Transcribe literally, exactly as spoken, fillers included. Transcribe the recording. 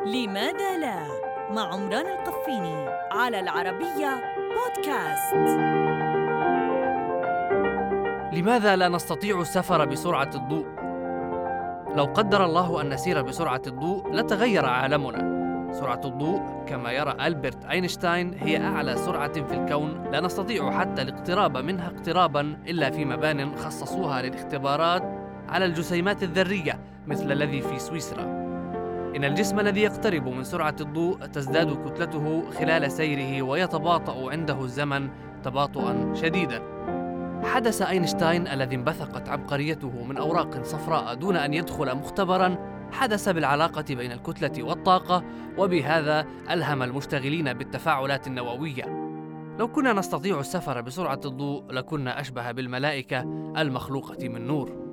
لماذا لا؟ مع عمران القفيني على العربية بودكاست. لماذا لا نستطيع السفر بسرعة الضوء؟ لو قدر الله أن نسير بسرعة الضوء لتغير عالمنا. سرعة الضوء كما يرى ألبرت أينشتاين هي أعلى سرعة في الكون، لا نستطيع حتى الاقتراب منها اقتراباً إلا في مبان خصصوها للاختبارات على الجسيمات الذرية مثل الذي في سويسرا. إن الجسم الذي يقترب من سرعة الضوء تزداد كتلته خلال سيره ويتباطأ عنده الزمن تباطؤاً شديداً. حدث أينشتاين الذي انبثقت عبقريته من أوراق صفراء دون أن يدخل مختبراً حدث بالعلاقة بين الكتلة والطاقة، وبهذا ألهم المشتغلين بالتفاعلات النووية. لو كنا نستطيع السفر بسرعة الضوء لكنا أشبه بالملائكة المخلوقة من نور.